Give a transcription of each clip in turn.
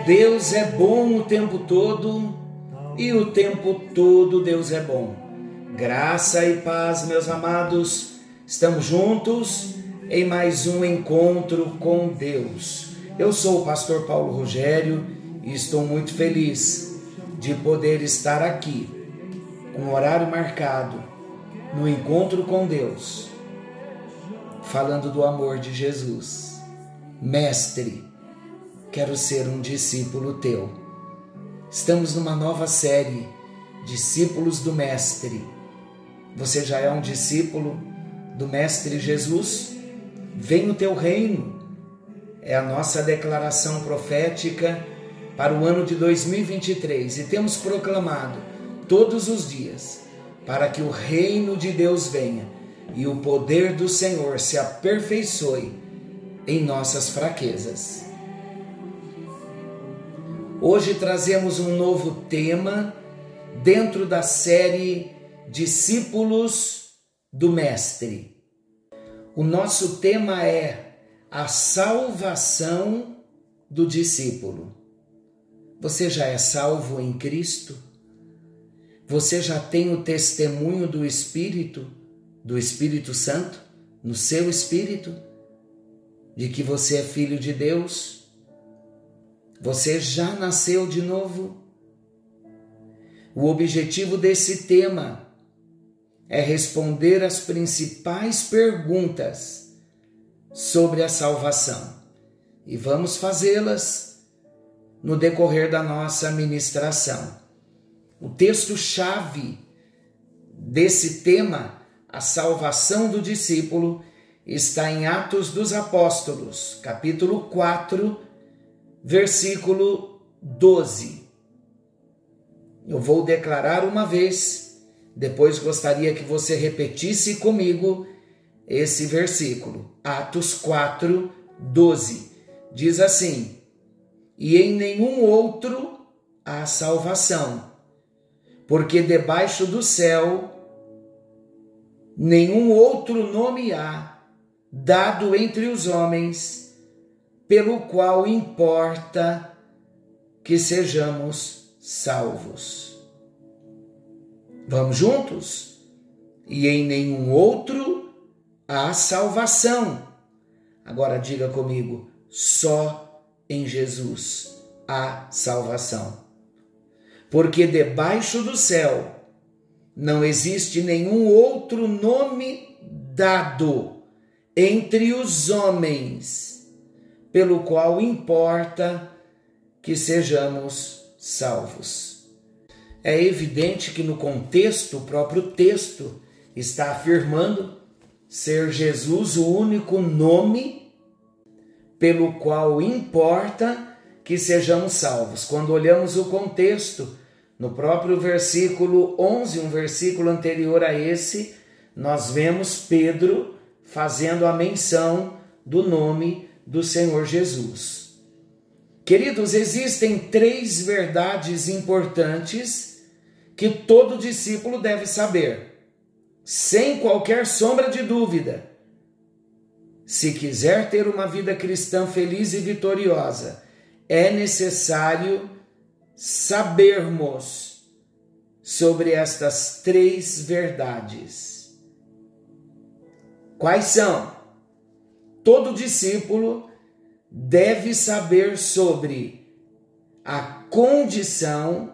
Deus é bom o tempo todo e o tempo todo Deus é bom. Graça e paz, meus amados, estamos juntos em mais um encontro com Deus. Eu sou o pastor Paulo Rogério e estou muito feliz de poder estar aqui com o horário marcado no encontro com Deus, falando do amor de Jesus. Mestre, quero ser um discípulo teu. Estamos numa nova série, Discípulos do Mestre. Você já é um discípulo do Mestre Jesus? Vem o teu reino. É a nossa declaração profética para o ano de 2023 e temos proclamado todos os dias para que o reino de Deus venha e o poder do Senhor se aperfeiçoe em nossas fraquezas. Hoje trazemos um novo tema dentro da série Discípulos do Mestre. O nosso tema é a salvação do discípulo. Você já é salvo em Cristo? Você já tem o testemunho do Espírito Santo, no seu espírito, de que você é filho de Deus? Você já nasceu de novo? O objetivo desse tema é responder as principais perguntas sobre a salvação. E vamos fazê-las no decorrer da nossa ministração. O texto-chave desse tema, a salvação do discípulo, está em Atos dos Apóstolos, capítulo 4, versículo 12. Eu vou declarar uma vez, depois gostaria que você repetisse comigo esse versículo. Atos 4, 12. Diz assim: e em nenhum outro há salvação, porque debaixo do céu nenhum outro nome há dado entre os homens, pelo qual importa que sejamos salvos. Vamos juntos? E em nenhum outro há salvação. Agora diga comigo: só em Jesus há salvação. Porque debaixo do céu não existe nenhum outro nome dado entre os homens, pelo qual importa que sejamos salvos. É evidente que no contexto, o próprio texto está afirmando ser Jesus o único nome pelo qual importa que sejamos salvos. Quando olhamos o contexto, no próprio versículo 11, um versículo anterior a esse, nós vemos Pedro fazendo a menção do nome do Senhor Jesus. Queridos, existem 3 verdades importantes que todo discípulo deve saber, sem qualquer sombra de dúvida. Se quiser ter uma vida cristã feliz e vitoriosa, é necessário sabermos sobre estas 3 verdades. Quais são? Todo discípulo deve saber sobre a condição,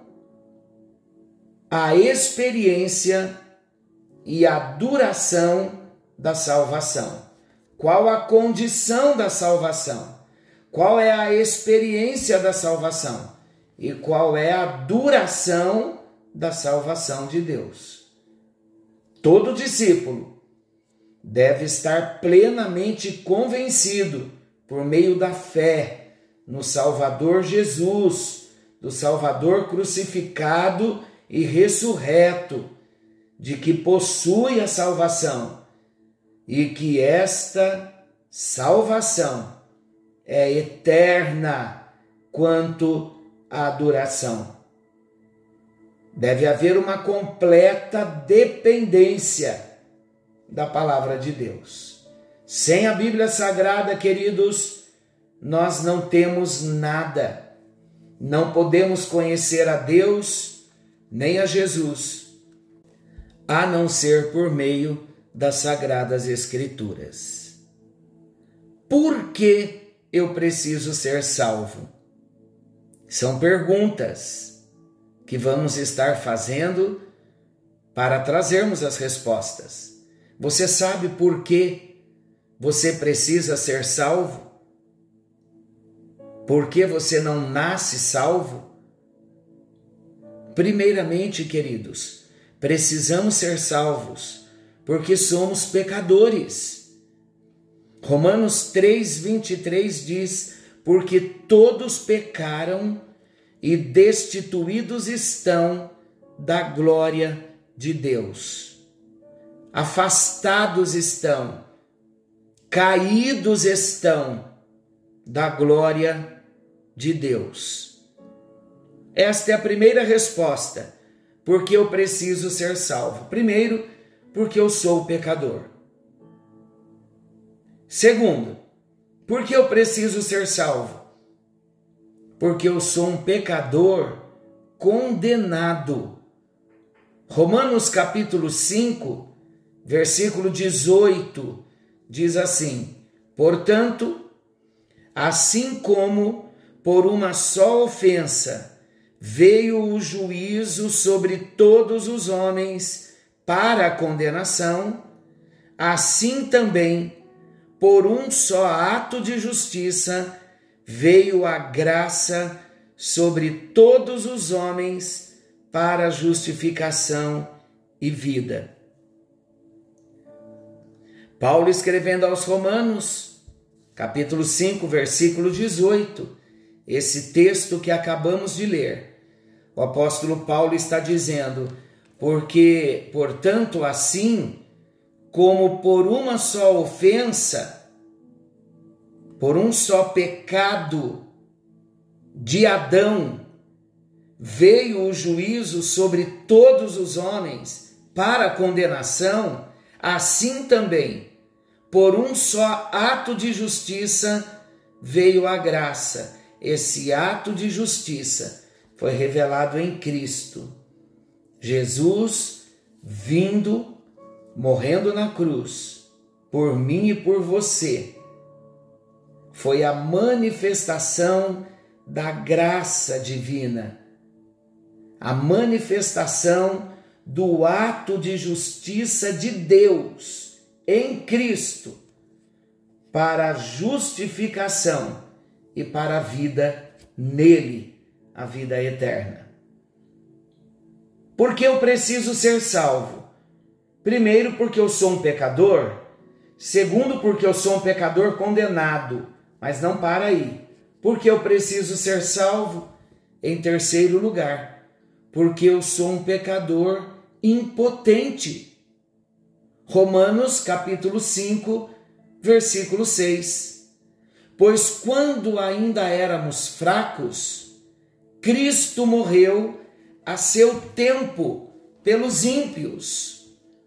a experiência e a duração da salvação. Qual a condição da salvação? Qual é a experiência da salvação? E qual é a duração da salvação de Deus? Todo discípulo deve estar plenamente convencido, por meio da fé no Salvador Jesus, do Salvador crucificado e ressurreto, de que possui a salvação e que esta salvação é eterna quanto à duração. Deve haver uma completa dependência da palavra de Deus. Sem a Bíblia Sagrada, queridos, nós não temos nada. Não podemos conhecer a Deus nem a Jesus, a não ser por meio das Sagradas Escrituras. Por que eu preciso ser salvo? São perguntas que vamos estar fazendo para trazermos as respostas. Você sabe por que você precisa ser salvo? Por que você não nasce salvo? Primeiramente, queridos, precisamos ser salvos porque somos pecadores. Romanos 3:23 diz: porque todos pecaram e destituídos estão da glória de Deus. Afastados estão, caídos estão da glória de Deus. Esta é a primeira resposta. Porque eu preciso ser salvo. Primeiro, porque eu sou pecador. Segundo, porque eu preciso ser salvo? Porque eu sou um pecador condenado. Romanos capítulo 5, versículo 18, diz assim: portanto, assim como por uma só ofensa veio o juízo sobre todos os homens para a condenação, assim também, por um só ato de justiça, veio a graça sobre todos os homens para justificação e vida. Paulo, escrevendo aos Romanos, capítulo 5, versículo 18, esse texto que acabamos de ler, o apóstolo Paulo está dizendo: porque, portanto, assim como por uma só ofensa, por um só pecado de Adão, veio o juízo sobre todos os homens para a condenação, assim também, por um só ato de justiça, veio a graça. Esse ato de justiça foi revelado em Cristo. Jesus vindo, morrendo na cruz, por mim e por você, foi a manifestação da graça divina, a manifestação do ato de justiça de Deus em Cristo, para a justificação e para a vida nele, a vida eterna. Por que eu preciso ser salvo? Primeiro, porque eu sou um pecador. Segundo, porque eu sou um pecador condenado. Mas não para aí. Porque eu preciso ser salvo? Em terceiro lugar, porque eu sou um pecador impotente. Romanos capítulo 5, versículo 6. Pois quando ainda éramos fracos, Cristo morreu a seu tempo pelos ímpios.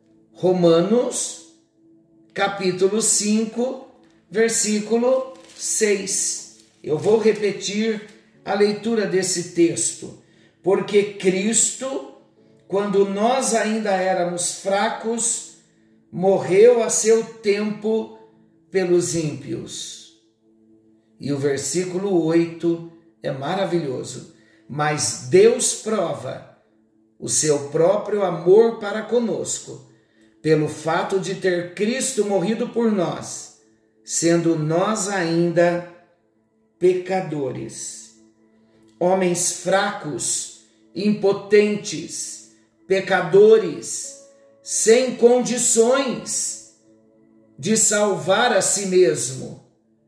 Romanos capítulo 5, versículo 6. Eu vou repetir a leitura desse texto. Porque Cristo, quando nós ainda éramos fracos, morreu a seu tempo pelos ímpios. E o versículo 8 é maravilhoso. Mas Deus prova o seu próprio amor para conosco, pelo fato de ter Cristo morrido por nós, sendo nós ainda pecadores. Homens fracos, impotentes, pecadores, sem condições de salvar a si mesmo.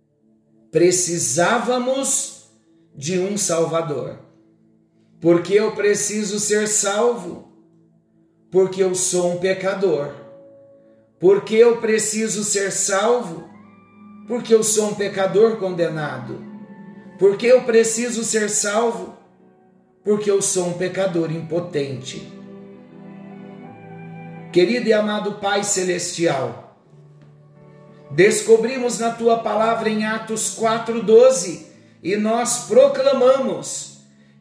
Precisávamos de um Salvador. Porque eu preciso ser salvo? Porque eu sou um pecador. Porque eu preciso ser salvo? Porque eu sou um pecador condenado. Porque eu preciso ser salvo? Porque eu sou um pecador impotente. Querido e amado Pai Celestial, descobrimos na Tua palavra em Atos 4:12 e nós proclamamos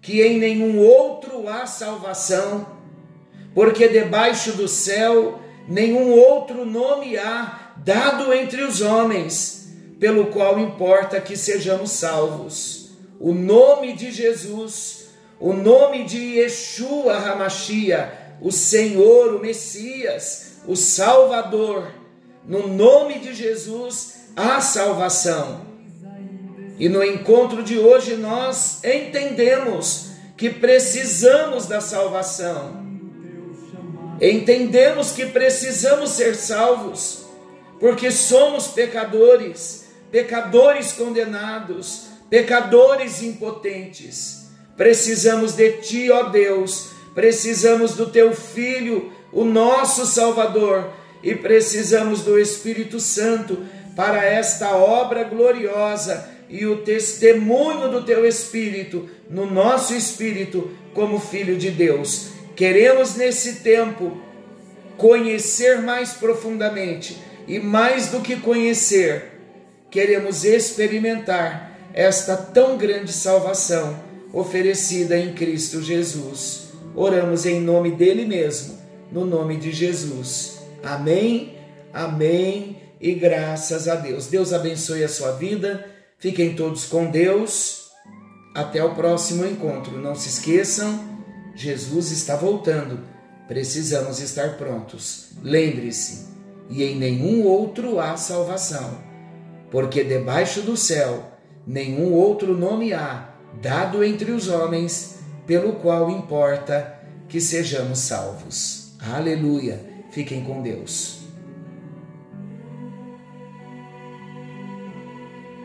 que em nenhum outro há salvação, porque debaixo do céu nenhum outro nome há dado entre os homens, pelo qual importa que sejamos salvos. O nome de Jesus, o nome de Yeshua HaMashiach, o Senhor, o Messias, o Salvador. No nome de Jesus há salvação. E no encontro de hoje nós entendemos que precisamos da salvação. Entendemos que precisamos ser salvos, porque somos pecadores, pecadores condenados, pecadores impotentes. Precisamos de Ti, ó Deus, precisamos do Teu Filho, o nosso Salvador, e precisamos do Espírito Santo para esta obra gloriosa e o testemunho do Teu Espírito no nosso espírito como Filho de Deus. Queremos nesse tempo conhecer mais profundamente e mais do que conhecer, queremos experimentar esta tão grande salvação oferecida em Cristo Jesus. Oramos em nome dele mesmo, no nome de Jesus. Amém, amém e graças a Deus. Deus abençoe a sua vida. Fiquem todos com Deus. Até o próximo encontro. Não se esqueçam, Jesus está voltando. Precisamos estar prontos. Lembre-se, e em nenhum outro há salvação, porque debaixo do céu nenhum outro nome há dado entre os homens, pelo qual importa que sejamos salvos. Aleluia. Fiquem com Deus.